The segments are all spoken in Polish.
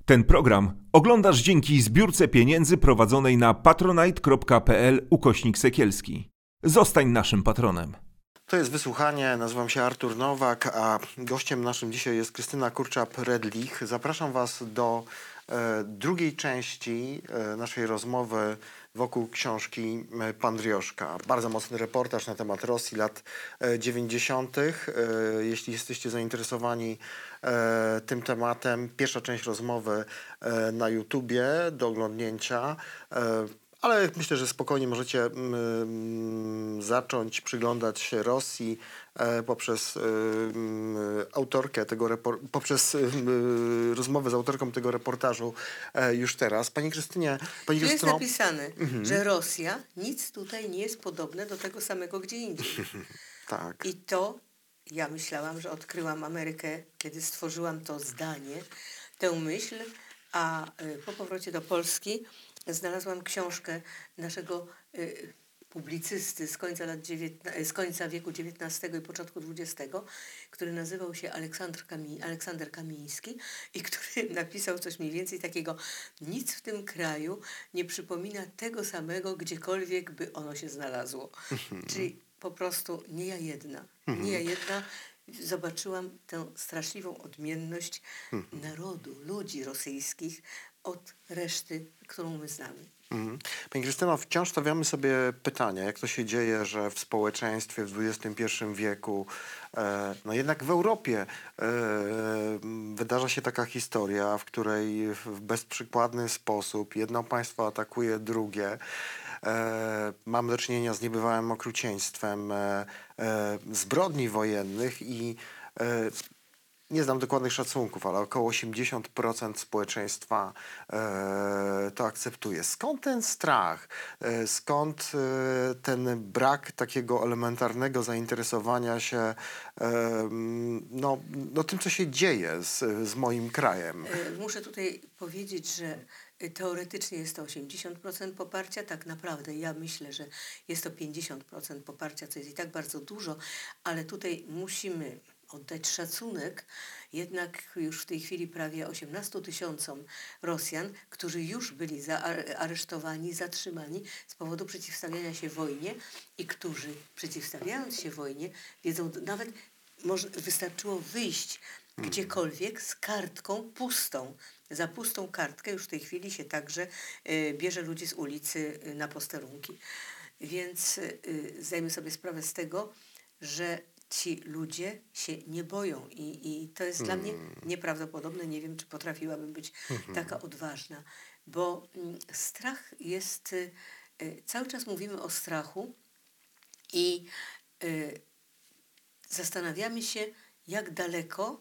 Ten program oglądasz dzięki zbiórce pieniędzy prowadzonej na patronite.pl/Sekielski. Zostań naszym patronem. To jest wysłuchanie, nazywam się Artur Nowak, a gościem naszym dzisiaj jest Krystyna Kurczap-Redlich. Zapraszam Was do drugiej części naszej rozmowy wokół książki Pan Driożka. Bardzo mocny reportaż na temat Rosji lat 90. Jeśli jesteście zainteresowani tym tematem, pierwsza część rozmowy na YouTubie do oglądnięcia. Ale myślę, że spokojnie możecie zacząć przyglądać się Rosji poprzez autorkę tego poprzez rozmowę z autorką tego reportażu już teraz. Pani Krystynie... Tu jest napisane, że Rosja, nic tutaj nie jest podobne do tego samego gdzie indziej. Tak. I to ja myślałam, że odkryłam Amerykę, kiedy stworzyłam to zdanie, tę myśl, a po powrocie do Polski znalazłam książkę naszego publicysty z końca wieku XIX i początku XX, który nazywał się Aleksander Kamiński i który napisał coś mniej więcej takiego: nic w tym kraju nie przypomina tego samego, gdziekolwiek by ono się znalazło. Czyli po prostu nie ja jedna zobaczyłam tę straszliwą odmienność narodu, ludzi rosyjskich od reszty, którą my znamy. Pani Krystyno, wciąż stawiamy sobie pytanie, jak to się dzieje, że w społeczeństwie w XXI wieku, no jednak w Europie wydarza się taka historia, w której w bezprzykładny sposób jedno państwo atakuje drugie. Mamy do czynienia z niebywałym okrucieństwem zbrodni wojennych i nie znam dokładnych szacunków, ale około 80% społeczeństwa to akceptuje. Skąd ten strach? Skąd ten brak takiego elementarnego zainteresowania się tym, co się dzieje z moim krajem? Muszę tutaj powiedzieć, że teoretycznie jest to 80% poparcia. Tak naprawdę ja myślę, że jest to 50% poparcia, co jest i tak bardzo dużo, ale tutaj musimy oddać szacunek jednak już w tej chwili prawie 18 000 Rosjan, którzy już byli aresztowani, zatrzymani z powodu przeciwstawiania się wojnie i którzy przeciwstawiając się wojnie wiedzą, nawet wystarczyło wyjść gdziekolwiek z kartką pustą. Za pustą kartkę już w tej chwili się także bierze ludzi z ulicy na posterunki. Więc zdajmy sobie sprawę z tego, że ci ludzie się nie boją i to jest dla mnie nieprawdopodobne. Nie wiem, czy potrafiłabym być taka odważna, bo strach jest, cały czas mówimy o strachu i zastanawiamy się, jak daleko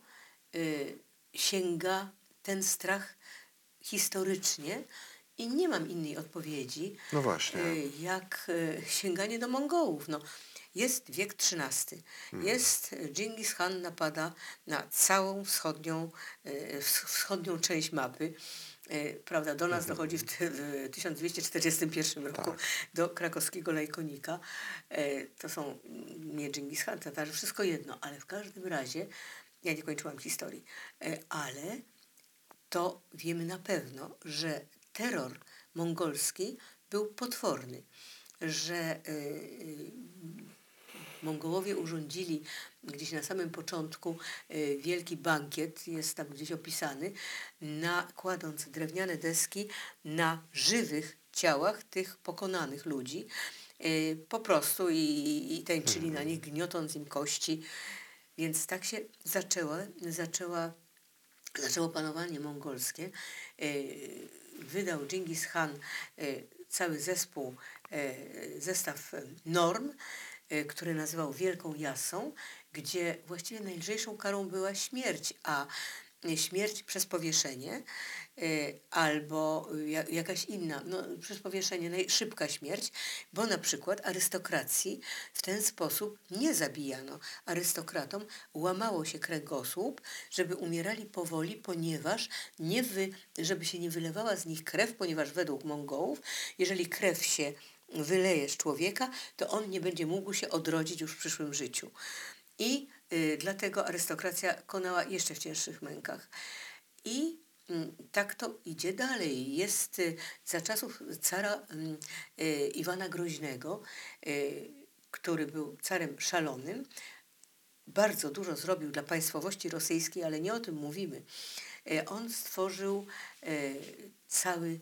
sięga ten strach historycznie i nie mam innej odpowiedzi, No właśnie. Jak sięganie do Mongołów. Jest wiek XIII. Jest Dżingis Khan napada na całą wschodnią część mapy. Prawda, do nas dochodzi w 1241 roku do krakowskiego Lajkonika. To są nie Dżingis Khan, Tatarzy, wszystko jedno, ale w każdym razie, ja nie kończyłam historii, ale to wiemy na pewno, że terror mongolski był potworny, że Mongołowie urządzili gdzieś na samym początku wielki bankiet, jest tam gdzieś opisany, kładąc drewniane deski na żywych ciałach tych pokonanych ludzi, po prostu i tańczyli na nich, gniotąc im kości. Więc tak się zaczęło panowanie mongolskie. Wydał Dżingis Khan cały zestaw norm, który nazywał Wielką Jasą, gdzie właściwie najlżejszą karą była śmierć, a śmierć przez powieszenie albo jakaś inna, przez powieszenie, szybka śmierć, bo na przykład arystokracji w ten sposób nie zabijano. Arystokratom łamało się kręgosłup, żeby umierali powoli, ponieważ żeby się nie wylewała z nich krew, ponieważ według Mongołów, jeżeli krew się wyleje z człowieka, to on nie będzie mógł się odrodzić już w przyszłym życiu. I dlatego arystokracja konała jeszcze w cięższych mękach. I tak to idzie dalej. Jest za czasów cara Iwana Groźnego, który był carem szalonym, bardzo dużo zrobił dla państwowości rosyjskiej, ale nie o tym mówimy. On stworzył cały,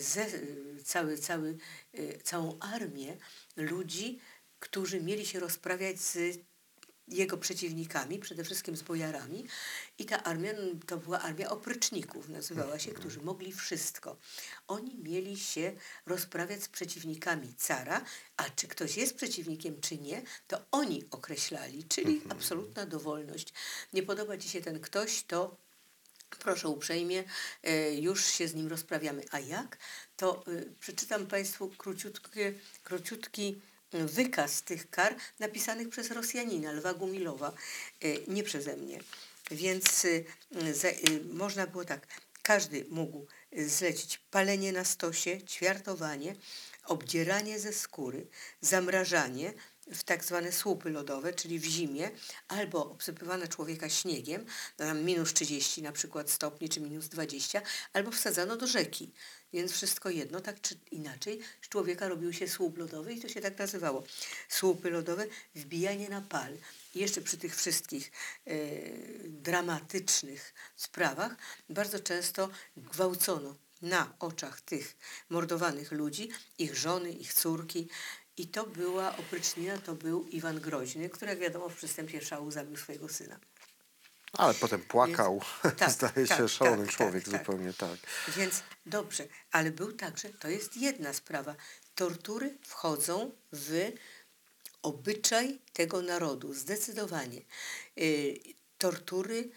całą armię ludzi, którzy mieli się rozprawiać z jego przeciwnikami, przede wszystkim z bojarami. I ta armia to była armia opryczników, nazywała się, którzy mogli wszystko. Oni mieli się rozprawiać z przeciwnikami cara, a czy ktoś jest przeciwnikiem, czy nie, to oni określali, czyli absolutna dowolność. Nie podoba ci się ten ktoś, to proszę uprzejmie, już się z nim rozprawiamy. A jak? To przeczytam Państwu króciutki wykaz tych kar napisanych przez Rosjanina, Lwa Gumilowa, nie przeze mnie. Więc można było tak, każdy mógł zlecić palenie na stosie, ćwiartowanie, obdzieranie ze skóry, zamrażanie w tak zwane słupy lodowe, czyli w zimie, albo obsypywane człowieka śniegiem, minus 30 na przykład stopni, czy minus 20, albo wsadzano do rzeki. Więc wszystko jedno, tak czy inaczej, z człowieka robił się słup lodowy i to się tak nazywało. Słupy lodowe, wbijanie na pal. I jeszcze przy tych wszystkich dramatycznych sprawach bardzo często gwałcono na oczach tych mordowanych ludzi, ich żony, ich córki. I to była oprycznina, to był Iwan Groźny, który jak wiadomo w przystępie szału zabił swojego syna. Ale potem płakał, Więc, zdaje się, szalony człowiek zupełnie tak. Więc dobrze, ale był także, to jest jedna sprawa, tortury wchodzą w obyczaj tego narodu, zdecydowanie. Tortury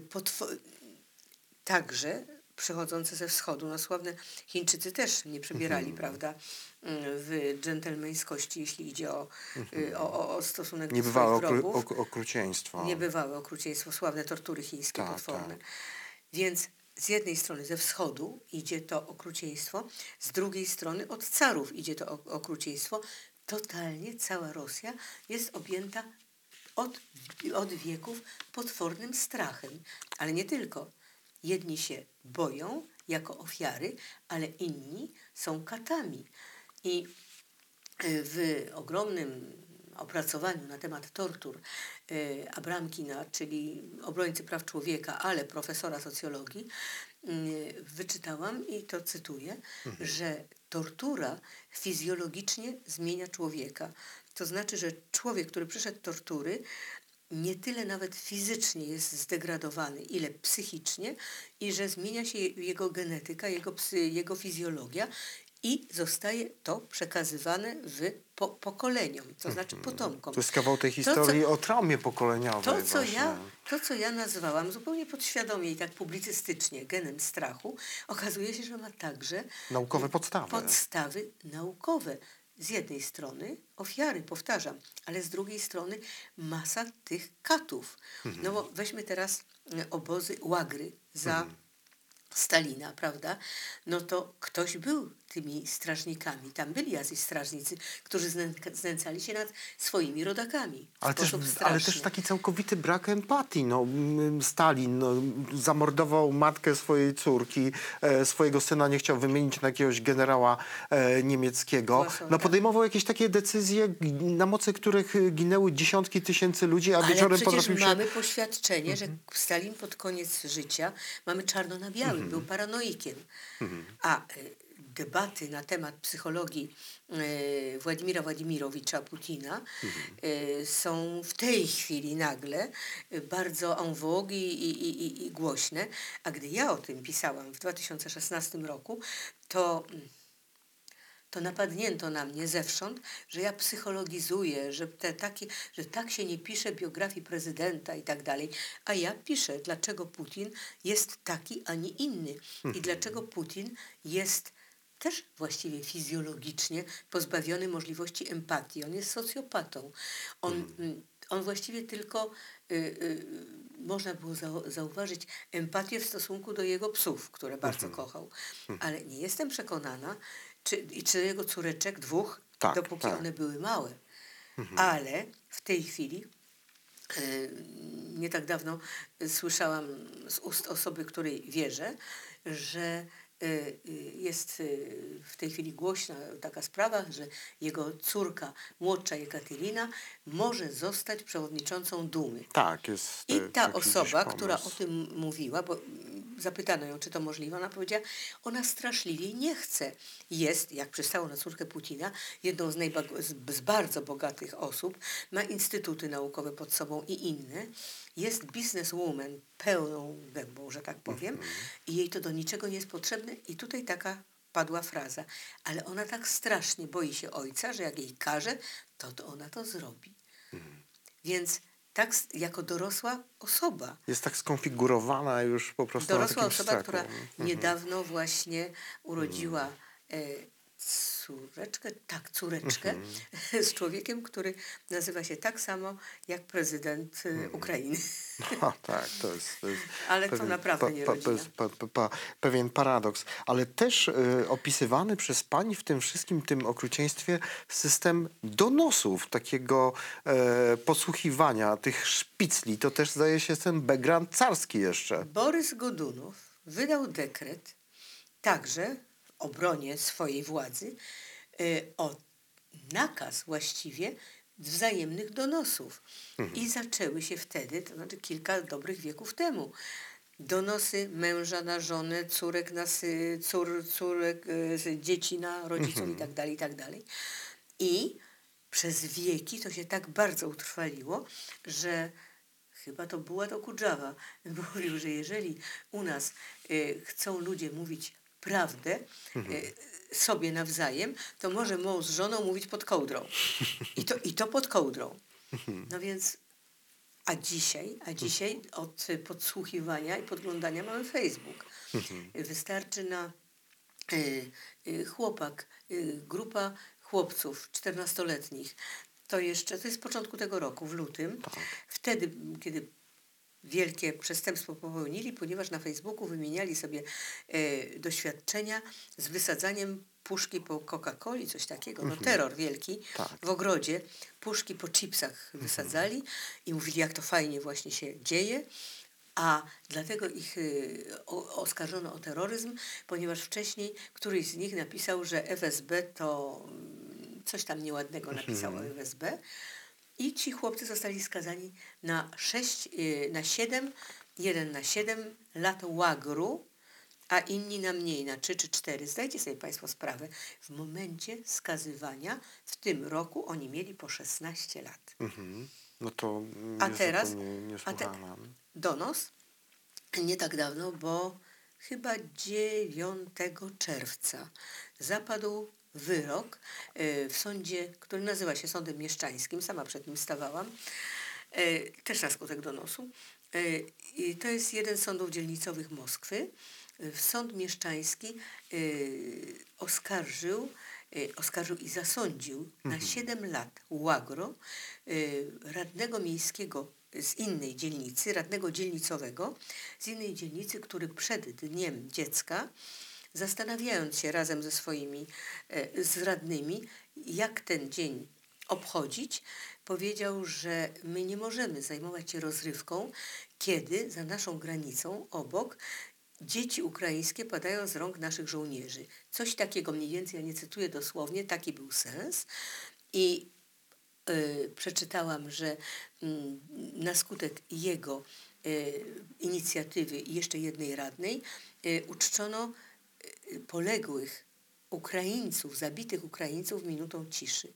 także przychodzące ze wschodu. No sławne Chińczycy też nie przebierali, prawda, w dżentelmeńskości, jeśli idzie o stosunek do swoich wrogów. Okrucieństwo. Niebywałe okrucieństwo, sławne tortury chińskie potworne. Tak. Więc z jednej strony ze wschodu idzie to okrucieństwo, z drugiej strony od carów idzie to okrucieństwo. Totalnie cała Rosja jest objęta od wieków potwornym strachem. Ale nie tylko. Jedni się boją jako ofiary, ale inni są katami. I w ogromnym opracowaniu na temat tortur Abramkina, czyli obrońcy praw człowieka, ale profesora socjologii, wyczytałam i to cytuję, że tortura fizjologicznie zmienia człowieka. To znaczy, że człowiek, który przeszedł tortury, nie tyle nawet fizycznie jest zdegradowany, ile psychicznie i że zmienia się jego genetyka, jego fizjologia i zostaje to przekazywane pokoleniom, to znaczy potomkom. To jest kawał tej historii o traumie pokoleniowej To, co ja nazwałam zupełnie podświadomie i tak publicystycznie genem strachu, okazuje się, że ma także naukowe podstawy. Podstawy naukowe. Z jednej strony ofiary, powtarzam, ale z drugiej strony masa tych katów. No bo weźmy teraz obozy łagry za Stalina, prawda? No to ktoś był tymi strażnikami. Tam byli jacyś strażnicy, którzy znęcali się nad swoimi rodakami. Ale też taki całkowity brak empatii. No, Stalin zamordował matkę swojej córki, swojego syna nie chciał wymienić na jakiegoś generała niemieckiego. Podejmował jakieś takie decyzje, na mocy których ginęły dziesiątki tysięcy ludzi, a wieczorem potrafił się... mamy poświadczenie, że Stalin pod koniec życia, mamy czarno na białym, był paranoikiem. A debaty na temat psychologii Władimira Władimirowicza Putina są w tej chwili nagle bardzo en vogue i głośne. A gdy ja o tym pisałam w 2016 roku, to napadnięto na mnie zewsząd, że ja psychologizuję, że tak się nie pisze biografii prezydenta i tak dalej. A ja piszę, dlaczego Putin jest taki, a nie inny. I dlaczego Putin jest też właściwie fizjologicznie pozbawiony możliwości empatii. On jest socjopatą. On właściwie tylko można było zauważyć empatię w stosunku do jego psów, które bardzo kochał. Ale nie jestem przekonana, czy jego córeczek, 2, dopóki one były małe. Ale w tej chwili Nie tak dawno słyszałam z ust osoby, której wierzę, że jest w tej chwili głośna taka sprawa, że jego córka, młodsza Jekaterina, może zostać przewodniczącą Dumy. Tak, jest I ta taki gdzieś osoba, która o pomysł. tym mówiła, bo zapytano ją, czy to możliwe, ona powiedziała, ona straszliwie nie chce. Jest, jak przystało na córkę Putina, jedną z bardzo bogatych osób, ma instytuty naukowe pod sobą i inne, jest bizneswoman pełną gębą, że tak powiem, i jej to do niczego nie jest potrzebne i tutaj taka padła fraza, ale ona tak strasznie boi się ojca, że jak jej każe, to ona to zrobi. Więc tak jako dorosła osoba, Jest tak skonfigurowana już po prostu na dorosła takim osoba, sztraku. która niedawno właśnie urodziła córeczkę z człowiekiem, który nazywa się tak samo jak prezydent Ukrainy. No, tak, to jest Ale to naprawdę nie rodzina. pewien paradoks. Ale też opisywany przez pani w tym wszystkim, tym okrucieństwie system donosów, takiego podsłuchiwania tych szpicli. To też zdaje się ten background carski jeszcze. Borys Godunow wydał dekret także w obronie swojej władzy o nakaz właściwie wzajemnych donosów. I zaczęły się wtedy, to znaczy kilka dobrych wieków temu, donosy męża na żonę, córek na córek, dzieci na rodziców itd., itd. I przez wieki to się tak bardzo utrwaliło, że chyba to była to Kudżawa. Mówił, że jeżeli u nas chcą ludzie mówić prawdę sobie nawzajem, to może mąż z żoną mówić pod kołdrą. I to pod kołdrą. No więc, a dzisiaj od podsłuchiwania i podglądania mamy Facebook. Wystarczy na grupa chłopców 14-letnich. To jest z początku tego roku, w lutym. Wtedy, kiedy wielkie przestępstwo popełnili, ponieważ na Facebooku wymieniali sobie doświadczenia z wysadzaniem puszki po Coca-Coli, coś takiego, no terror wielki, w ogrodzie, puszki po chipsach wysadzali i mówili, jak to fajnie właśnie się dzieje, a dlatego ich oskarżono o terroryzm, ponieważ wcześniej któryś z nich napisał, że FSB to coś tam nieładnego napisał o FSB i ci chłopcy zostali skazani na 7 lat łagru, a inni na mniej, na 3 czy 4. Zdajcie sobie państwo sprawę, w momencie skazywania w tym roku oni mieli po 16 lat. No to A teraz niesłychane. donos nie tak dawno, bo chyba 9 czerwca zapadł wyrok w sądzie, który nazywa się Sądem Mieszczańskim, sama przed nim stawałam, też na skutek donosu. I to jest jeden z sądów dzielnicowych Moskwy. Sąd Mieszczański oskarżył i zasądził na 7 lat łagro radnego miejskiego z innej dzielnicy, radnego dzielnicowego z innej dzielnicy, który przed Dniem Dziecka, zastanawiając się razem ze swoimi z radnymi, jak ten dzień obchodzić, powiedział, że my nie możemy zajmować się rozrywką, kiedy za naszą granicą obok dzieci ukraińskie padają z rąk naszych żołnierzy. Coś takiego mniej więcej, ja nie cytuję dosłownie, taki był sens. I przeczytałam, że na skutek jego inicjatywy i jeszcze jednej radnej uczczono poległych Ukraińców, zabitych Ukraińców minutą ciszy.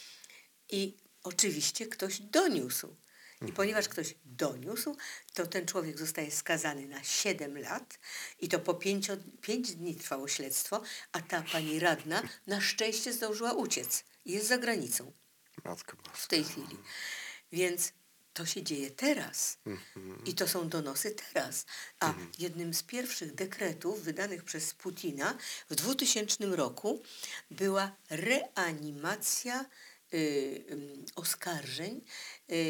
I oczywiście ktoś doniósł. I ponieważ ktoś doniósł, to ten człowiek zostaje skazany na 7 lat i to po 5 dni trwało śledztwo, a ta pani radna na szczęście zdążyła uciec. Jest za granicą w tej chwili. Więc to się dzieje teraz. I to są donosy teraz. A jednym z pierwszych dekretów wydanych przez Putina w 2000 roku była reanimacja oskarżeń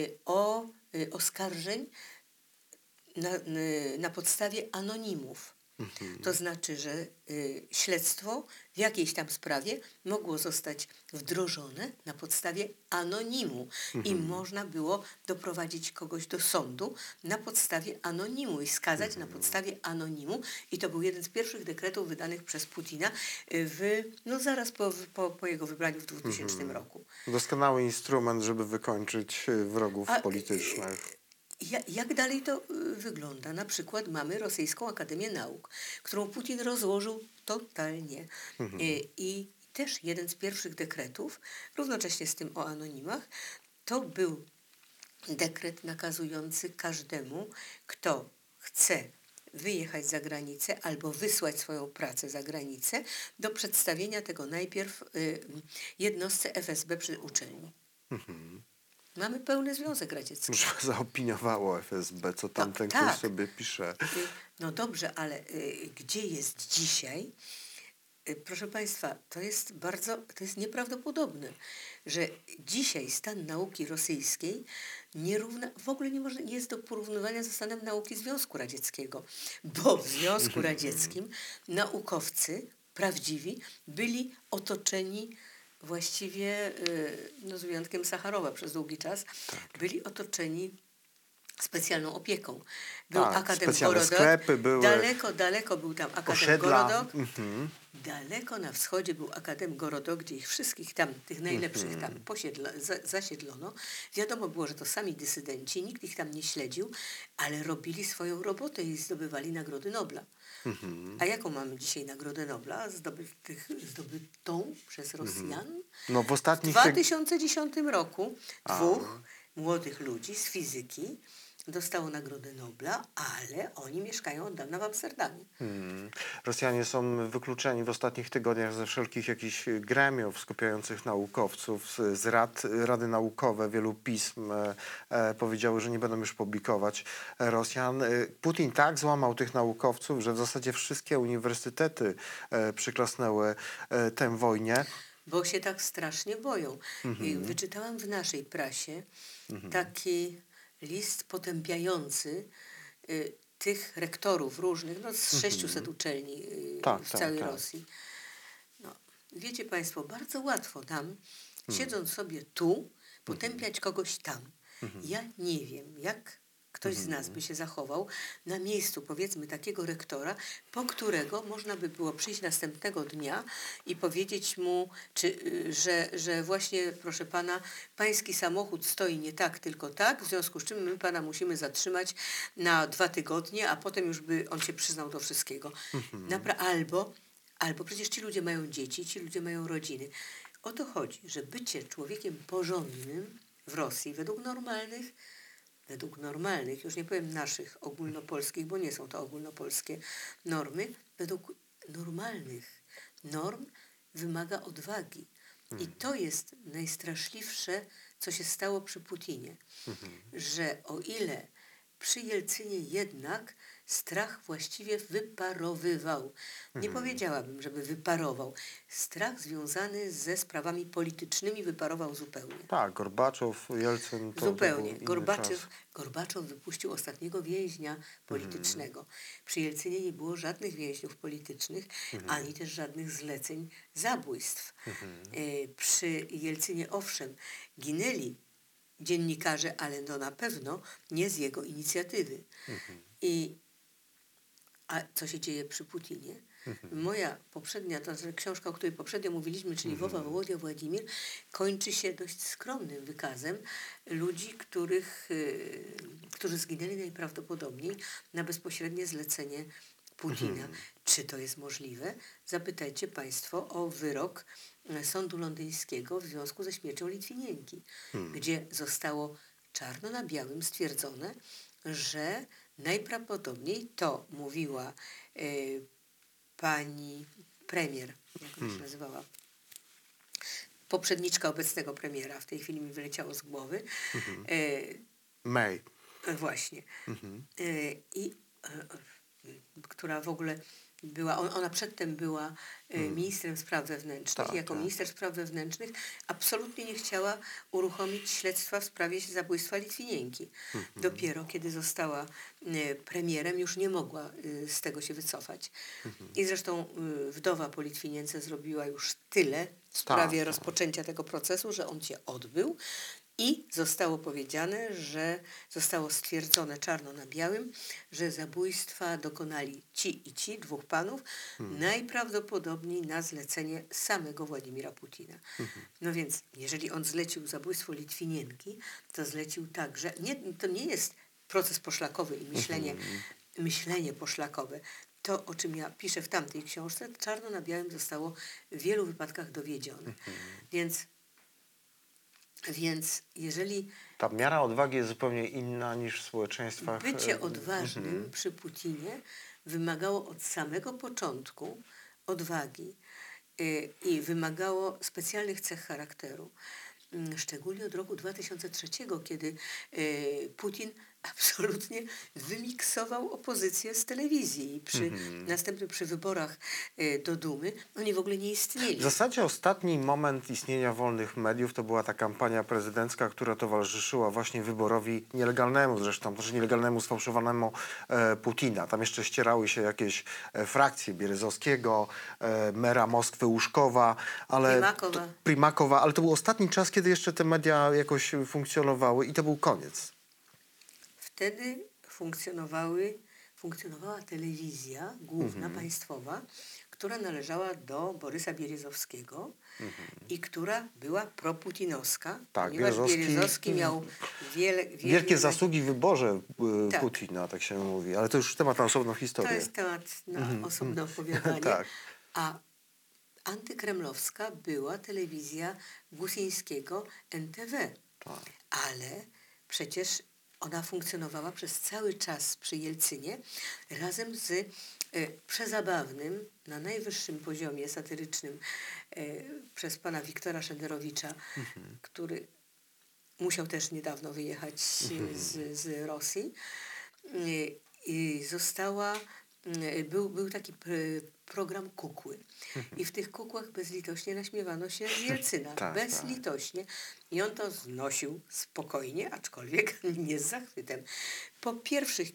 na podstawie anonimów. To znaczy, że śledztwo w jakiejś tam sprawie mogło zostać wdrożone na podstawie anonimu i można było doprowadzić kogoś do sądu na podstawie anonimu i skazać na podstawie anonimu. I to był jeden z pierwszych dekretów wydanych przez Putina zaraz po jego wybraniu w 2000 roku. Doskonały instrument, żeby wykończyć wrogów politycznych. Jak dalej to wygląda? Na przykład mamy Rosyjską Akademię Nauk, którą Putin rozłożył totalnie. I też jeden z pierwszych dekretów, równocześnie z tym o anonimach, to był dekret nakazujący każdemu, kto chce wyjechać za granicę albo wysłać swoją pracę za granicę, do przedstawienia tego najpierw jednostce FSB przy uczelni. Mamy pełny Związek Radziecki. Już zaopiniowało FSB, co tam ten kurs sobie pisze. No dobrze, ale gdzie jest dzisiaj? Proszę Państwa, to jest nieprawdopodobne, że dzisiaj stan nauki rosyjskiej w ogóle nie jest do porównywania ze stanem nauki Związku Radzieckiego, bo w Związku Radzieckim naukowcy prawdziwi byli otoczeni właściwie, z wyjątkiem Sacharowa przez długi czas, byli otoczeni specjalną opieką. Był Akadem Gorodok, sklepy były. Daleko był tam Akadem Gorodok. Daleko na wschodzie był Akadem Gorodok, gdzie ich wszystkich tam, tych najlepszych tam zasiedlono. Wiadomo było, że to sami dysydenci, nikt ich tam nie śledził, ale robili swoją robotę i zdobywali Nagrody Nobla. A jaką mamy dzisiaj Nagrodę Nobla? Zdobytą przez Rosjan? No w 2010 roku dwóch młodych ludzi z fizyki dostało Nagrodę Nobla, ale oni mieszkają od dawna w Amsterdamie. Rosjanie są wykluczeni w ostatnich tygodniach ze wszelkich jakichś gremiów skupiających naukowców, z rady naukowe, wielu pism powiedziały, że nie będą już publikować Rosjan. Putin tak złamał tych naukowców, że w zasadzie wszystkie uniwersytety przyklasnęły tę wojnie. Bo się tak strasznie boją. I wyczytałam w naszej prasie taki list potępiający tych rektorów różnych, z 600 uczelni w całej Rosji. No, wiecie Państwo, bardzo łatwo nam, siedząc sobie tu, potępiać kogoś tam. Ja nie wiem, jak ktoś z nas by się zachował na miejscu, powiedzmy, takiego rektora, po którego można by było przyjść następnego dnia i powiedzieć mu, że właśnie, proszę pana, pański samochód stoi nie tak, tylko tak, w związku z czym my pana musimy zatrzymać na 2 tygodnie, a potem już by on się przyznał do wszystkiego. Albo przecież ci ludzie mają dzieci, ci ludzie mają rodziny. O to chodzi, że bycie człowiekiem porządnym w Rosji według normalnych, już nie powiem naszych ogólnopolskich, bo nie są to ogólnopolskie normy, według normalnych norm wymaga odwagi. I to jest najstraszliwsze, co się stało przy Putinie. Że o ile przy Jelcynie jednak strach właściwie wyparowywał. Nie powiedziałabym, żeby wyparował. Strach związany ze sprawami politycznymi wyparował zupełnie. Tak, Gorbaczow, Jelcyn... Zupełnie. Gorbaczow wypuścił ostatniego więźnia politycznego. Przy Jelcynie nie było żadnych więźniów politycznych, ani też żadnych zleceń zabójstw. Przy Jelcynie owszem, ginęli dziennikarze, ale na pewno nie z jego inicjatywy. A co się dzieje przy Putinie? Moja poprzednia, to znaczy książka, o której poprzednio mówiliśmy, czyli Wowa Wołodia Władimir, kończy się dość skromnym wykazem ludzi, którzy zginęli najprawdopodobniej na bezpośrednie zlecenie Putina. Czy to jest możliwe? Zapytajcie Państwo o wyrok sądu londyńskiego w związku ze śmiercią Litwinienki, gdzie zostało czarno na białym stwierdzone, że najprawdopodobniej to mówiła pani premier, jak ona się nazywała, poprzedniczka obecnego premiera, w tej chwili mi wyleciało z głowy. May. Właśnie. Która w ogóle Ona przedtem była ministrem spraw wewnętrznych. Tak, I jako tak. minister spraw wewnętrznych absolutnie nie chciała uruchomić śledztwa w sprawie zabójstwa Litwinienki. Dopiero kiedy została premierem, już nie mogła z tego się wycofać. I zresztą wdowa po Litwinience zrobiła już tyle w sprawie rozpoczęcia tego procesu, że on się odbył. I zostało powiedziane, że zostało stwierdzone czarno na białym, że zabójstwa dokonali ci i ci, dwóch panów, najprawdopodobniej na zlecenie samego Władimira Putina. No więc, jeżeli on zlecił zabójstwo Litwinienki, to zlecił także, to nie jest proces poszlakowy i myślenie poszlakowe. To, o czym ja piszę w tamtej książce, czarno na białym zostało w wielu wypadkach dowiedzione. Więc jeżeli Ta miara odwagi jest zupełnie inna niż w społeczeństwach. bycie odważnym przy Putinie wymagało od samego początku odwagi i wymagało specjalnych cech charakteru. Szczególnie od roku 2003, kiedy Putin absolutnie wymiksował opozycję z telewizji. I następnie przy wyborach do Dumy oni w ogóle nie istnieli. W zasadzie ostatni moment istnienia wolnych mediów to była ta kampania prezydencka, która towarzyszyła właśnie wyborowi nielegalnemu zresztą, znaczy nielegalnemu, sfałszowanemu Putina. Tam jeszcze ścierały się jakieś frakcje Bierezowskiego, mera Moskwy Łuszkowa, ale Primakowa, ale to był ostatni czas, kiedy jeszcze te media jakoś funkcjonowały i to był koniec. Wtedy funkcjonowała telewizja główna, państwowa, która należała do Borysa Bierezowskiego i która była proputinowska, Tak, ponieważ Bierezowski miał wielkie zasługi w wyborze Putina, tak się mówi, ale to już temat na osobną historię. To jest temat na osobne opowiadanie. Tak. A antykremlowska była telewizja Gusińskiego NTV. Tak. Ale przecież ona funkcjonowała przez cały czas przy Jelcynie razem z przezabawnym, na najwyższym poziomie satyrycznym przez pana Wiktora Szenderowicza, który musiał też niedawno wyjechać z Rosji. I był taki program Kukły. I w tych kukłach bezlitośnie naśmiewano się z Jelcyna. Bezlitośnie. I on to znosił spokojnie, aczkolwiek nie z zachwytem. Po pierwszych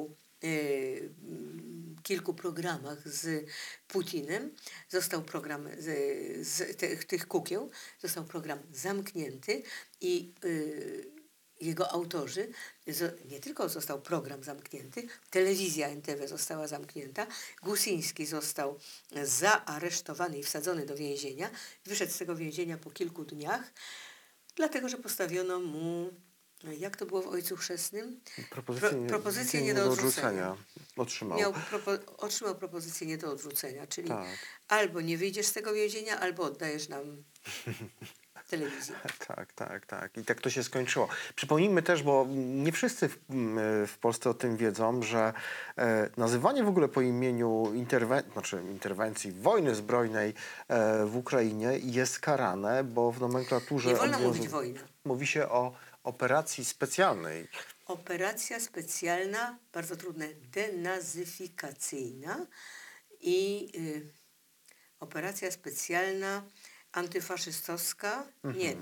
kilku programach z Putinem został program z tych kukieł, został program zamknięty i jego autorzy, nie tylko został program zamknięty, telewizja NTV została zamknięta, Gusiński został zaaresztowany i wsadzony do więzienia. Wyszedł z tego więzienia po kilku dniach, dlatego że postawiono mu, jak to było w Ojcu Chrzestnym? Propozycję nie do odrzucenia. Otrzymał propozycję nie do odrzucenia, czyli albo nie wyjdziesz z tego więzienia, albo oddajesz nam telewizję. Tak. I tak to się skończyło. Przypomnijmy też, bo nie wszyscy w Polsce o tym wiedzą, że nazywanie w ogóle po imieniu interwencji, wojny zbrojnej w Ukrainie jest karane, bo w nomenklaturze nie wolno mówić wojna. Mówi się o operacji specjalnej. Operacja specjalna, bardzo trudne, denazyfikacyjna i operacja specjalna antyfaszystowska, nie,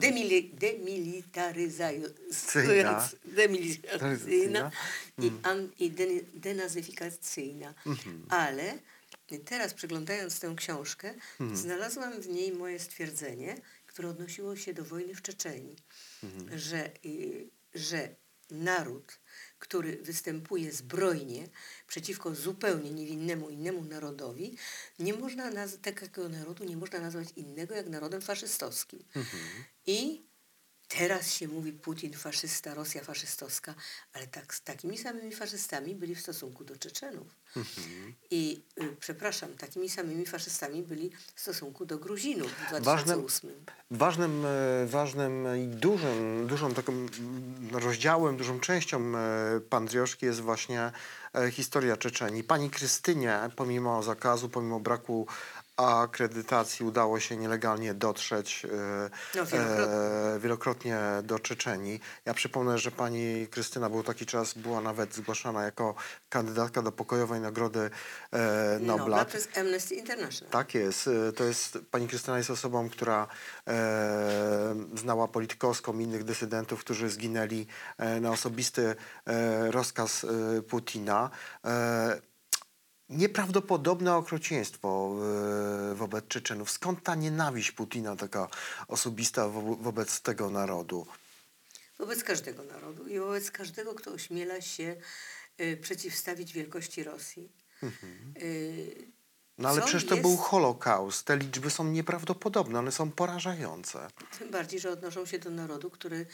demilitaryzacyjna i denazyfikacyjna. Ale teraz, przeglądając tę książkę, znalazłam w niej moje stwierdzenie, które odnosiło się do wojny w Czeczenii, że naród, który występuje zbrojnie przeciwko zupełnie niewinnemu innemu narodowi, takiego narodu nie można nazwać innego jak narodem faszystowskim. I teraz się mówi Putin faszysta, Rosja faszystowska, ale takimi samymi faszystami byli w stosunku do Czeczenów. I takimi samymi faszystami byli w stosunku do Gruzinów w 2008. Ważnym i dużym takim rozdziałem, dużą częścią Pandrioszki jest właśnie historia Czeczenii. Pani Krystynie, pomimo zakazu, pomimo braku akredytacji udało się nielegalnie dotrzeć No, wielokrotnie. wielokrotnie do Czeczenii. Ja przypomnę, że pani Krystyna, był taki czas, była nawet zgłaszana jako kandydatka do pokojowej nagrody Nobla Nobla. przez Amnesty International. Tak jest. Pani Krystyna jest osobą, która znała Politkowską i innych dysydentów, którzy zginęli na osobisty rozkaz Putina. Nieprawdopodobne okrucieństwo wobec Czeczenów. Skąd ta nienawiść Putina taka osobista wobec tego narodu? Wobec każdego narodu i wobec każdego, kto ośmiela się przeciwstawić wielkości Rosji. No ale Co przecież to jest- był Holokaust. Te liczby są nieprawdopodobne, one są porażające. Tym bardziej, że odnoszą się do narodu, który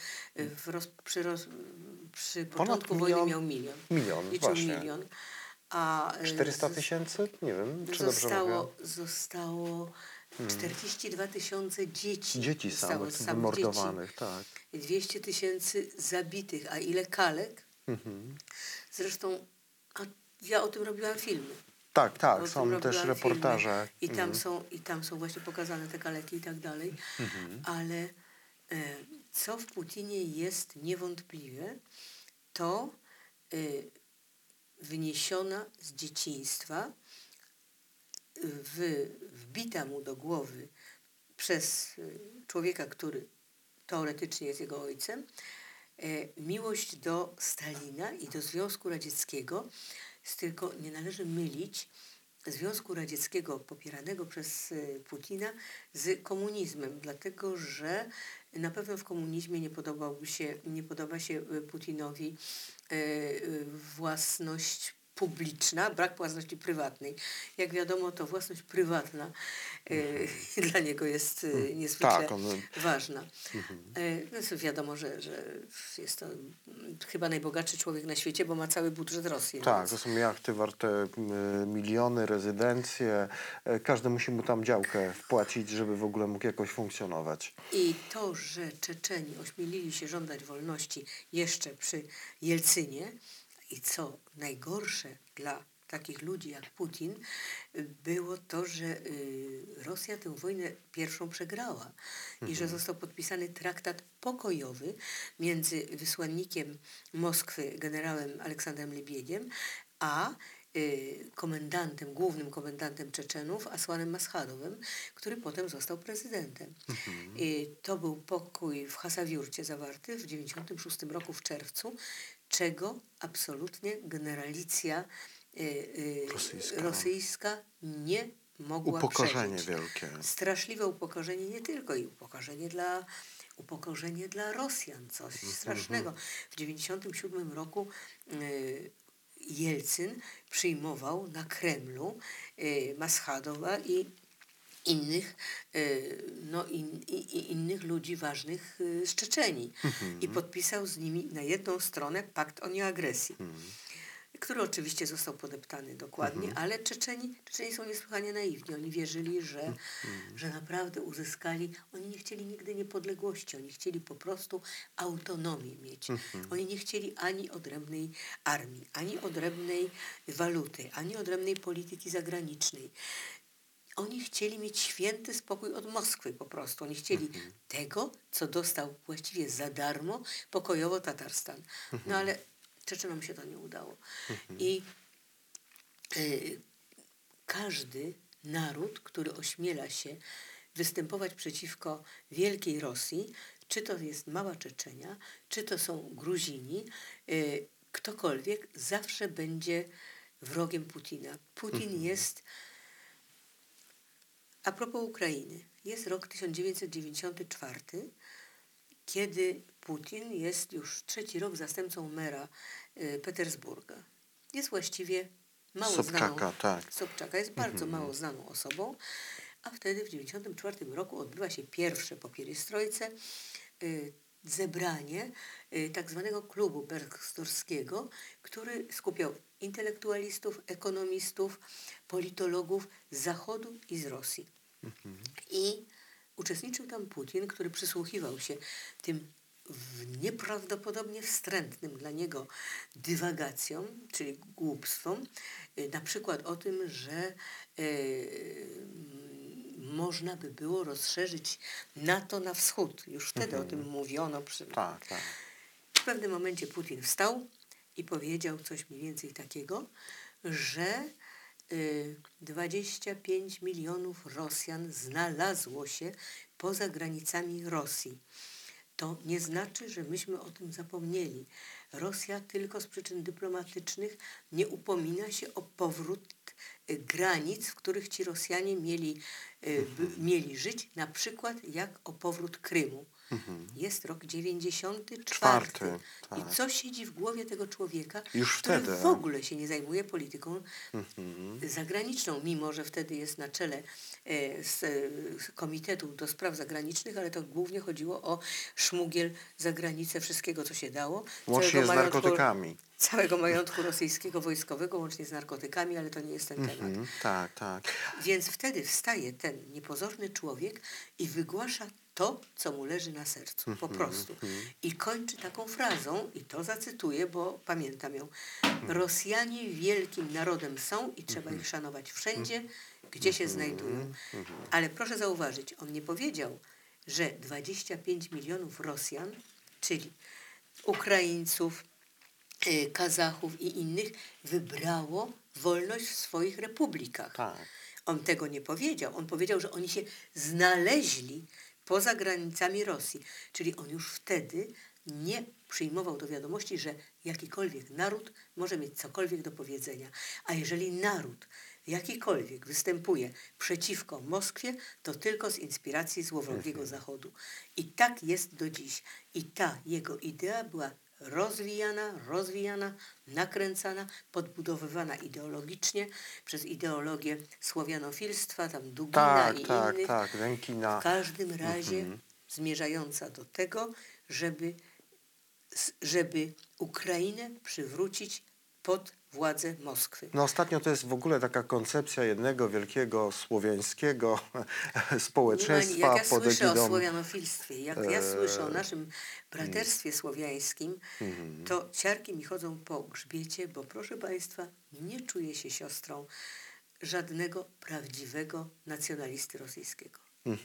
przy Ponad początku wojny milion- miał milion. milion, Liczył właśnie. milion. A 400 tysięcy? Nie wiem, czy dobrze mówię. Zostało 42 tysiące dzieci. Dzieci Zostało samych wymordowanych, tak. 200 tysięcy zabitych, a ile kalek? Zresztą ja o tym robiłam filmy. Tak, O tak, tym są też robiłam reportaże. filmy. I tam są właśnie pokazane te kaleki i tak dalej. Ale co w Putinie jest niewątpliwe, to wyniesiona z dzieciństwa, wbita mu do głowy przez człowieka, który teoretycznie jest jego ojcem, miłość do Stalina i do Związku Radzieckiego, tylko nie należy mylić Związku Radzieckiego popieranego przez Putina z komunizmem, dlatego że na pewno w komunizmie nie podoba się Putinowi własność publiczna, brak własności prywatnej. Jak wiadomo, to własność prywatna dla niego jest niezwykle ważna. No, wiadomo, że jest to chyba najbogatszy człowiek na świecie, bo ma cały budżet Rosji. Tak, więc... to są jachty warte miliony, rezydencje. Każdy musi mu tam działkę wpłacić, żeby w ogóle mógł jakoś funkcjonować. I to, że Czeczeni ośmielili się żądać wolności jeszcze przy Jelcynie i co najgorsze dla takich ludzi jak Putin, było to, że Rosja tę wojnę pierwszą przegrała i że został podpisany traktat pokojowy między wysłannikiem Moskwy, generałem Aleksandrem Lebiediem, a głównym komendantem Czeczenów, Asłanem Maschadowem, który potem został prezydentem. To był pokój w Chasawiurcie zawarty w 1996 roku w czerwcu, czego absolutnie generalicja rosyjska nie mogła Upokorzenie przeżyć. wielkie. Straszliwe upokorzenie, nie tylko i upokorzenie dla Rosjan, coś strasznego. W 1997 roku Jelcyn przyjmował na Kremlu Maschadowa i innych, innych ludzi ważnych z Czeczenii. I podpisał z nimi na jedną stronę pakt o nieagresji, który oczywiście został podeptany dokładnie, ale Czeczeni są niesłychanie naiwni. Oni wierzyli, że naprawdę uzyskali, oni nie chcieli nigdy niepodległości, oni chcieli po prostu autonomię mieć. Oni nie chcieli ani odrębnej armii, ani odrębnej waluty, ani odrębnej polityki zagranicznej. Oni chcieli mieć święty spokój od Moskwy po prostu. Oni chcieli tego, co dostał właściwie za darmo pokojowo Tatarstan. No ale Czeczenom się to nie udało. I każdy naród, który ośmiela się występować przeciwko wielkiej Rosji, czy to jest mała Czeczenia, czy to są Gruzini, ktokolwiek zawsze będzie wrogiem Putina. Putin jest... A propos Ukrainy, jest rok 1994, kiedy Putin jest już trzeci rok zastępcą mera Petersburga. Jest właściwie mało znaną. Sobczaka jest bardzo mało znaną osobą, a wtedy w 1994 roku odbywa się pierwsze po pierestrojce zebranie tak zwanego klubu berkstorskiego, który skupiał intelektualistów, ekonomistów, politologów z Zachodu i z Rosji. I uczestniczył tam Putin, który przysłuchiwał się tym nieprawdopodobnie wstrętnym dla niego dywagacjom, czyli głupstwom, na przykład o tym, że można by było rozszerzyć NATO na wschód. Już wtedy o tym mówiono. Tak, tak. W pewnym momencie Putin wstał i powiedział coś mniej więcej takiego, że 25 milionów Rosjan znalazło się poza granicami Rosji. To nie znaczy, że myśmy o tym zapomnieli. Rosja tylko z przyczyn dyplomatycznych nie upomina się o powrót granic, w których ci Rosjanie mieli żyć, na przykład jak o powrót Krymu. Jest rok 94. Tak. I co siedzi w głowie tego człowieka, Już który wtedy. w ogóle się nie zajmuje polityką zagraniczną, mimo że wtedy jest na czele z Komitetu do Spraw Zagranicznych, ale to głównie chodziło o szmugiel za granicę wszystkiego, co się dało. Łącznie z narkotykami. Całego majątku rosyjskiego wojskowego, łącznie z narkotykami, ale to nie jest ten temat. Tak, tak. Więc wtedy wstaje ten niepozorny człowiek i wygłasza to, co mu leży na sercu, po prostu. I kończy taką frazą, i to zacytuję, bo pamiętam ją. Rosjanie wielkim narodem są i trzeba ich szanować wszędzie, gdzie się znajdują. Ale proszę zauważyć, on nie powiedział, że 25 milionów Rosjan, czyli Ukraińców, Kazachów i innych, wybrało wolność w swoich republikach. Tak. On tego nie powiedział. On powiedział, że oni się znaleźli poza granicami Rosji. Czyli on już wtedy nie przyjmował do wiadomości, że jakikolwiek naród może mieć cokolwiek do powiedzenia. A jeżeli naród jakikolwiek występuje przeciwko Moskwie, to tylko z inspiracji złowrogiego Zachodu. I tak jest do dziś. I ta jego idea była rozwijana, nakręcana, podbudowywana ideologicznie przez ideologię słowianofilstwa, tam Dugina i innych. Tak, Rękina. W każdym razie zmierzająca do tego, żeby Ukrainę przywrócić pod władzę Moskwy. No ostatnio to jest w ogóle taka koncepcja jednego wielkiego słowiańskiego społeczeństwa Jak ja pod słyszę o egidą... słowianofilstwie, jak ja słyszę o naszym braterstwie słowiańskim, to ciarki mi chodzą po grzbiecie, bo proszę Państwa, nie czuję się siostrą żadnego prawdziwego nacjonalisty rosyjskiego.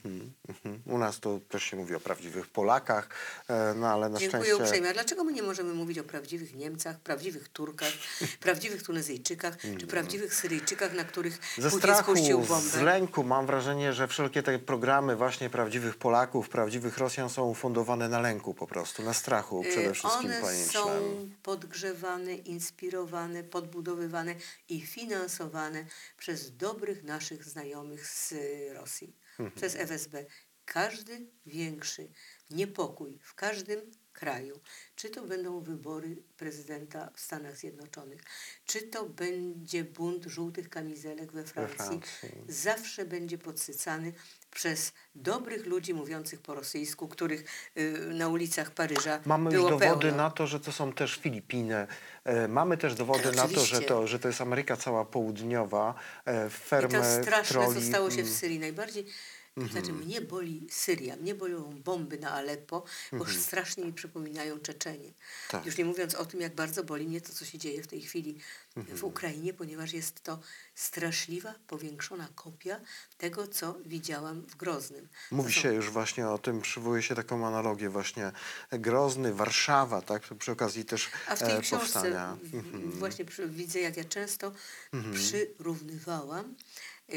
U nas to też się mówi o prawdziwych Polakach, no ale na Dziękuję szczęście... uprzejmie. A dlaczego my nie możemy mówić o prawdziwych Niemcach, prawdziwych Turkach, prawdziwych Tunezyjczykach, czy prawdziwych Syryjczykach, na których Ze Putin strachu, spuścił z bombę? lęku mam wrażenie, że wszelkie te programy właśnie prawdziwych Polaków, prawdziwych Rosjan są ufundowane na lęku po prostu, na strachu przede wszystkim One panicznym. są podgrzewane, inspirowane, podbudowywane i finansowane przez dobrych naszych znajomych z Rosji, przez FSB. Każdy większy niepokój w każdym kraju, czy to będą wybory prezydenta w Stanach Zjednoczonych, czy to będzie bunt żółtych kamizelek we Francji, zawsze będzie podsycany przez dobrych ludzi mówiących po rosyjsku, których na ulicach Paryża Mamy było już dowody pełno. na to, że to są też Filipiny. Mamy też dowody na to, że to jest Ameryka cała południowa. I to straszne, troli. co stało się w Syrii. Najbardziej, znaczy mnie boli Syria, mnie bolą bomby na Aleppo, bo strasznie mi przypominają Czeczenię. Tak. Już nie mówiąc o tym, jak bardzo boli mnie to, co się dzieje w tej chwili w Ukrainie, ponieważ jest to straszliwa, powiększona kopia tego, co widziałam w Groznym. Mówi się już właśnie o tym, przywołuje się taką analogię właśnie Grozny, Warszawa, tak? Przy okazji też A w tej książce powstania. właśnie widzę, jak ja często przyrównywałam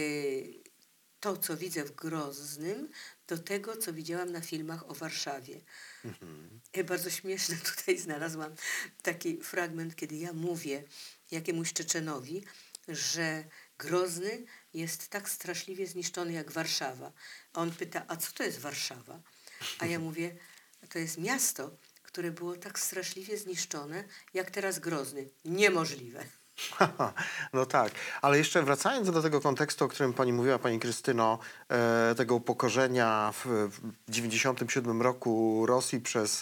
to, co widzę w Groznym, do tego, co widziałam na filmach o Warszawie. Bardzo śmieszne tutaj znalazłam taki fragment, kiedy ja mówię jakiemuś Czeczenowi, że Grozny jest tak straszliwie zniszczony jak Warszawa. A on pyta, a co to jest Warszawa? A ja mówię, to jest miasto, które było tak straszliwie zniszczone, jak teraz Grozny. Niemożliwe. No tak, ale jeszcze wracając do tego kontekstu, o którym pani mówiła, pani Krystyno, tego upokorzenia w 1997 roku Rosji przez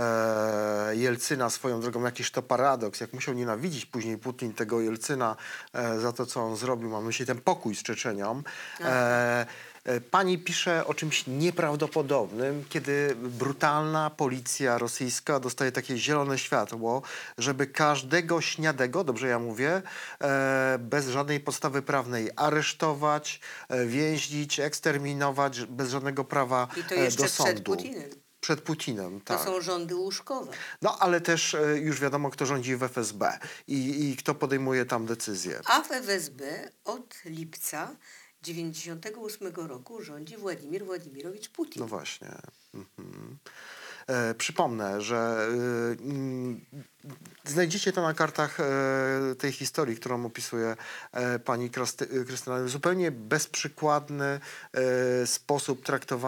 Jelcyna swoją drogą, jakiś to paradoks, jak musiał nienawidzić później Putin tego Jelcyna za to, co on zrobił, mam na myśli ten pokój z Czeczenią. Pani pisze o czymś nieprawdopodobnym, kiedy brutalna policja rosyjska dostaje takie zielone światło, żeby każdego śniadego, dobrze ja mówię, bez żadnej podstawy prawnej aresztować, więzić, eksterminować, bez żadnego prawa I to jeszcze do przed sądu. Putinem. Przed Putinem, To tak. są rządy łóżkowe. No ale też już wiadomo, kto rządzi w FSB i kto podejmuje tam decyzje. A w FSB od lipca 1998 roku rządzi Władimir Władimirowicz Putin. No właśnie. Mhm. Przypomnę, że znajdziecie to na kartach tej historii, którą opisuje pani Krystyna. Zupełnie bezprzykładny sposób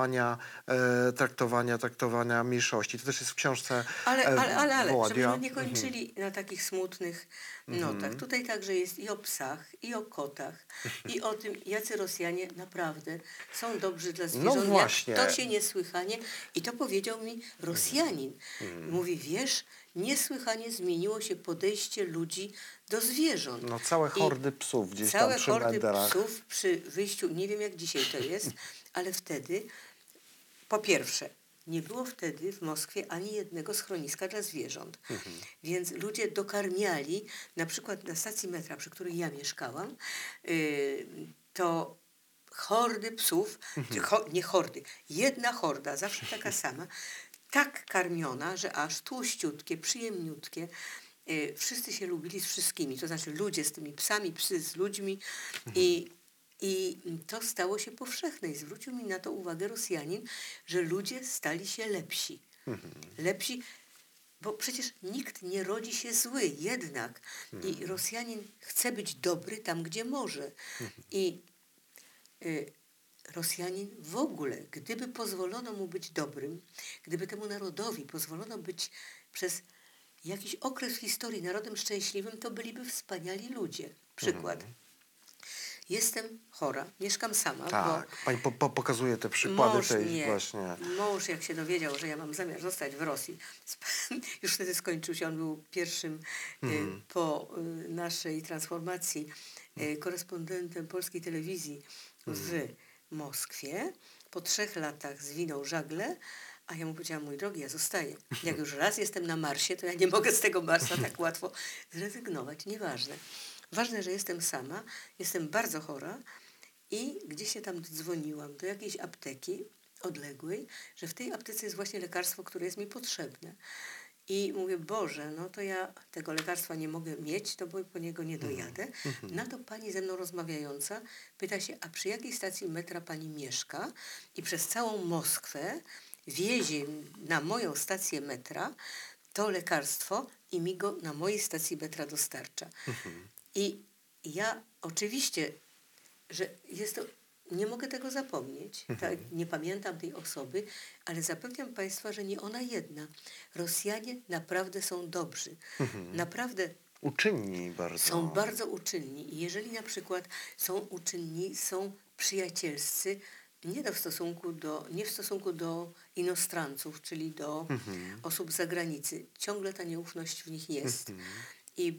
traktowania mniejszości. To też jest w książce Ale Wołodia. żebyśmy nie kończyli na takich smutnych notach. Tutaj także jest i o psach, i o kotach, i o tym, jacy Rosjanie naprawdę są dobrzy dla zwierząt. No właśnie. Jak to się niesłychanie, i to powiedział mi Rosjanin. Mówi, wiesz, niesłychanie zmieniło się podejście ludzi do zwierząt. No całe hordy psów gdzieś tam Całe przy hordy Menderach. psów przy wyjściu, nie wiem jak dzisiaj to jest, ale wtedy, po pierwsze, nie było wtedy w Moskwie ani jednego schroniska dla zwierząt. Więc ludzie dokarmiali, na przykład na stacji metra, przy której ja mieszkałam, to hordy psów, nie hordy, jedna horda, zawsze taka sama, tak karmiona, że aż tłuściutkie, przyjemniutkie. Wszyscy się lubili z wszystkimi, to znaczy ludzie z tymi psami, psy z ludźmi i to stało się powszechne i zwrócił mi na to uwagę Rosjanin, że ludzie stali się lepsi. Lepsi, bo przecież nikt nie rodzi się zły jednak i Rosjanin chce być dobry tam, gdzie może. I Rosjanin w ogóle, gdyby pozwolono mu być dobrym, gdyby temu narodowi pozwolono być przez jakiś okres w historii narodem szczęśliwym, to byliby wspaniali ludzie. Przykład. Jestem chora, mieszkam sama, Tak, bo pani pokazuje te przykłady mąż tej właśnie. mąż jak się dowiedział, że ja mam zamiar zostać w Rosji, już wtedy skończył się, on był pierwszym po naszej transformacji korespondentem polskiej telewizji w Moskwie. Po 3 latach zwinął żagle, a ja mu powiedziałam, mój drogi, ja zostaję. Jak już raz jestem na Marsie, to ja nie mogę z tego Marsa tak łatwo zrezygnować. Nieważne. Ważne, że jestem sama, jestem bardzo chora i gdzieś się tam dzwoniłam do jakiejś apteki odległej, że w tej aptece jest właśnie lekarstwo, które jest mi potrzebne. I mówię, Boże, no to ja tego lekarstwa nie mogę mieć, to bo po niego nie dojadę. Na to pani ze mną rozmawiająca pyta się, a przy jakiej stacji metra pani mieszka? I przez całą Moskwę wiezie na moją stację metra to lekarstwo i mi go na mojej stacji metra dostarcza. I ja oczywiście, że jest to, nie mogę tego zapomnieć, tak, nie pamiętam tej osoby, ale zapewniam Państwa, że nie ona jedna. Rosjanie naprawdę są dobrzy. Naprawdę Uczynni bardzo. są bardzo uczynni. I jeżeli na przykład są uczynni, są przyjacielscy, nie w stosunku do inostranców, czyli do osób z zagranicy. Ciągle ta nieufność w nich jest. I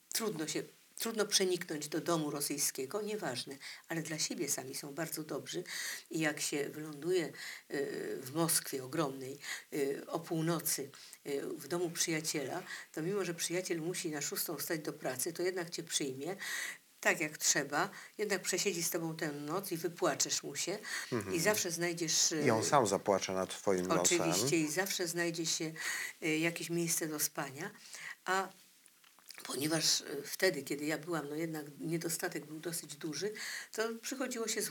trudno przeniknąć do domu rosyjskiego, nieważne, ale dla siebie sami są bardzo dobrzy i jak się wyląduje w Moskwie ogromnej o północy w domu przyjaciela, to mimo, że przyjaciel musi na 6 wstać do pracy, to jednak cię przyjmie, tak jak trzeba, jednak przesiedzi z tobą tę noc i wypłaczesz mu się i zawsze znajdziesz... I on sam zapłacze nad twoim losem. Oczywiście i zawsze znajdzie się jakieś miejsce do spania, a ponieważ wtedy, kiedy ja byłam, no jednak niedostatek był dosyć duży, to przychodziło się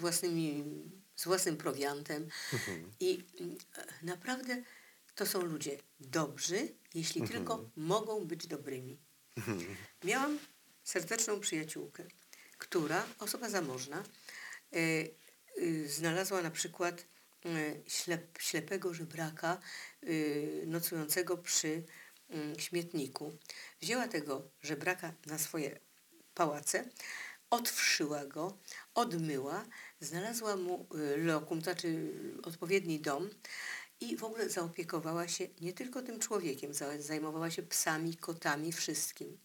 z własnym prowiantem i naprawdę to są ludzie dobrzy, jeśli tylko mogą być dobrymi. Miałam serdeczną przyjaciółkę, która, osoba zamożna, znalazła na przykład ślepego żebraka nocującego przy śmietniku. Wzięła tego żebraka na swoje pałace, odwszyła go, odmyła, znalazła mu lokum, to znaczy odpowiedni dom i w ogóle zaopiekowała się nie tylko tym człowiekiem, zajmowała się psami, kotami, wszystkim.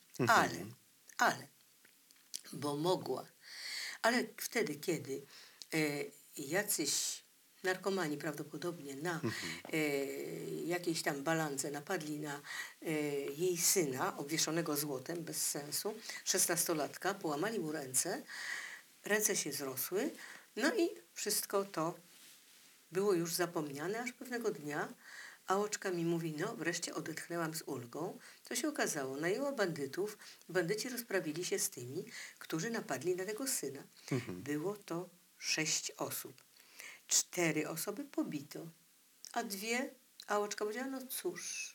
Ale, bo mogła. Ale wtedy, kiedy jacyś narkomani prawdopodobnie na jakiejś tam balance napadli na jej syna, obwieszonego złotem, bez sensu, 16-latka, połamali mu ręce się zrosły, no i wszystko to było już zapomniane, aż pewnego dnia Ałoczka mi mówi, no wreszcie odetchnęłam z ulgą. Co się okazało? Najęła bandytów. Bandyci rozprawili się z tymi, którzy napadli na tego syna. Było to 6 osób. 4 osoby pobito, a 2, Ałoczka powiedziała, no cóż.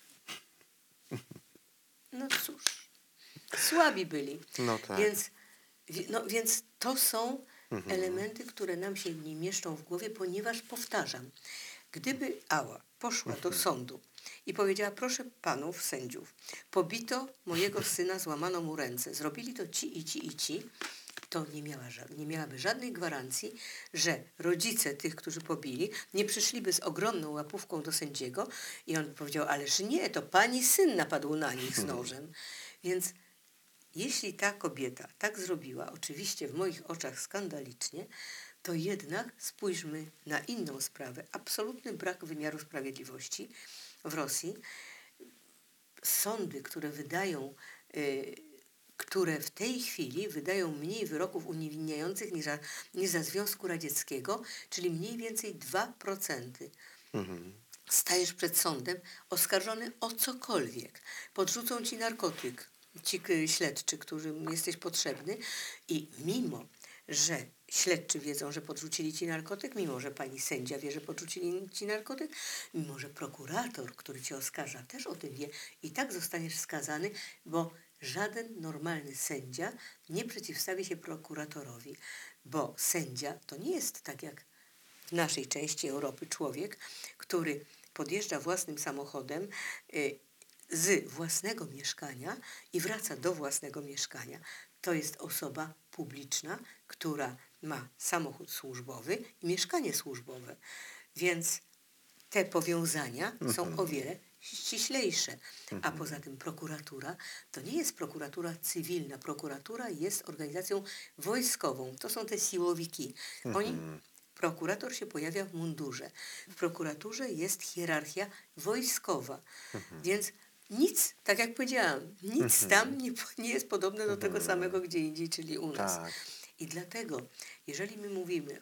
No cóż. Słabi byli. No tak. Więc to są elementy, które nam się nie mieszczą w głowie, ponieważ powtarzam, gdyby Ała poszła do sądu i powiedziała, proszę panów sędziów, pobito mojego syna, złamano mu ręce, zrobili to ci i ci i ci, to nie miałaby żadnej gwarancji, że rodzice tych, którzy pobili, nie przyszliby z ogromną łapówką do sędziego i on by powiedział, ależ nie, to pani syn napadł na nich z nożem. Więc jeśli ta kobieta tak zrobiła, oczywiście w moich oczach skandalicznie, to jednak spójrzmy na inną sprawę. Absolutny brak wymiaru sprawiedliwości w Rosji. Sądy, które w tej chwili wydają mniej wyroków uniewinniających niż za Związku Radzieckiego, czyli mniej więcej 2%. Stajesz przed sądem oskarżony o cokolwiek. Podrzucą ci narkotyk, ci śledczy, którym jesteś potrzebny i mimo, że śledczy wiedzą, że podrzucili ci narkotyk, mimo, że pani sędzia wie, że podrzucili ci narkotyk, mimo, że prokurator, który cię oskarża, też o tym wie, i tak zostaniesz skazany, bo żaden normalny sędzia nie przeciwstawi się prokuratorowi, bo sędzia to nie jest tak jak w naszej części Europy człowiek, który podjeżdża własnym samochodem z własnego mieszkania i wraca do własnego mieszkania. To jest osoba publiczna, która ma samochód służbowy i mieszkanie służbowe. Więc te powiązania są o wiele ściślejsze. A poza tym prokuratura to nie jest prokuratura cywilna. Prokuratura jest organizacją wojskową. To są te siłowiki. Prokurator się pojawia w mundurze. W prokuraturze jest hierarchia wojskowa. Więc nic, tak jak powiedziałam, nic tam nie jest podobne do tego samego gdzie indziej, czyli u nas. Tak. I dlatego, jeżeli my mówimy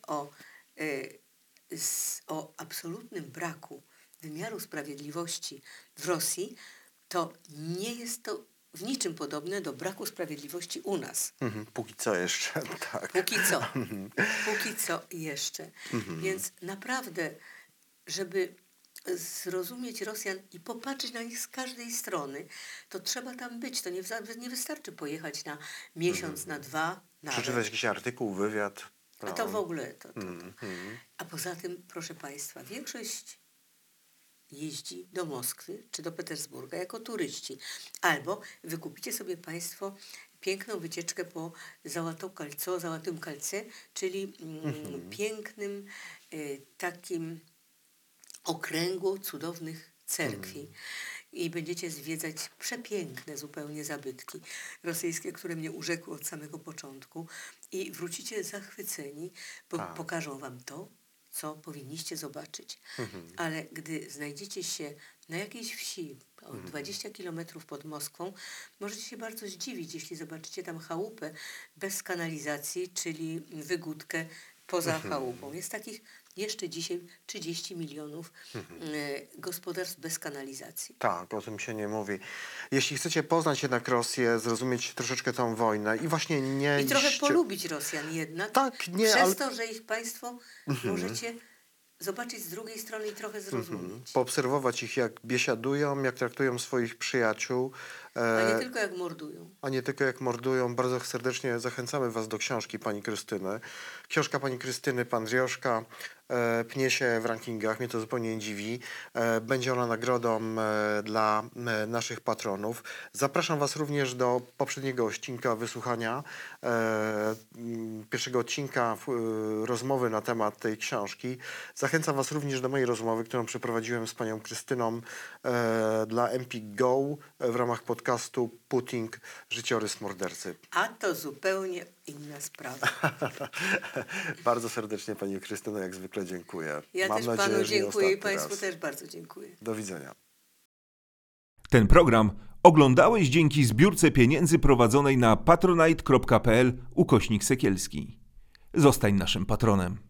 o absolutnym braku wymiaru sprawiedliwości w Rosji, to nie jest to w niczym podobne do braku sprawiedliwości u nas. Póki co jeszcze, tak. Póki co jeszcze. Więc naprawdę, żeby zrozumieć Rosjan i popatrzeć na nich z każdej strony, to trzeba tam być. To nie wystarczy pojechać na miesiąc, na 2, nawet. Przeczytać jakiś artykuł, wywiad. A to w ogóle. A poza tym, proszę Państwa, większość jeździ do Moskwy czy do Petersburga jako turyści. Albo wykupicie sobie Państwo piękną wycieczkę po Załotym Kalce, czyli pięknym takim okręgu cudownych cerkwi. I będziecie zwiedzać przepiękne zupełnie zabytki rosyjskie, które mnie urzekły od samego początku. I wrócicie zachwyceni, bo pokażą wam to, co powinniście zobaczyć. Ale gdy znajdziecie się na jakiejś wsi, o 20 kilometrów pod Moskwą, możecie się bardzo zdziwić, jeśli zobaczycie tam chałupę bez kanalizacji, czyli wygódkę poza chałupą. Jest takich jeszcze dzisiaj 30 milionów gospodarstw bez kanalizacji. Tak, o tym się nie mówi. Jeśli chcecie poznać jednak Rosję, zrozumieć troszeczkę tą wojnę i właśnie nie I trochę polubić Rosjan jednak, przez to, że ich państwo możecie zobaczyć z drugiej strony i trochę zrozumieć. Poobserwować ich, jak biesiadują, jak traktują swoich przyjaciół. A nie tylko jak mordują. Bardzo serdecznie zachęcamy Was do książki pani Krystyny. Książka pani Krystyny, Pan Driożka, pnie się w rankingach, mnie to zupełnie nie dziwi. Będzie ona nagrodą dla naszych patronów. Zapraszam Was również do poprzedniego odcinka wysłuchania, pierwszego odcinka rozmowy na temat tej książki. Zachęcam Was również do mojej rozmowy, którą przeprowadziłem z panią Krystyną dla Empik Go w ramach podcastu podcastu Putting Życiorys Mordercy. A to zupełnie inna sprawa. Bardzo serdecznie Pani Krystyno, jak zwykle dziękuję. Ja Mam też nadzieję, panu że nie dziękuję i ostatni państwu raz. też bardzo dziękuję. Do widzenia. Ten program oglądałeś dzięki zbiórce pieniędzy prowadzonej na patronite.pl/Sekielski. Zostań naszym patronem.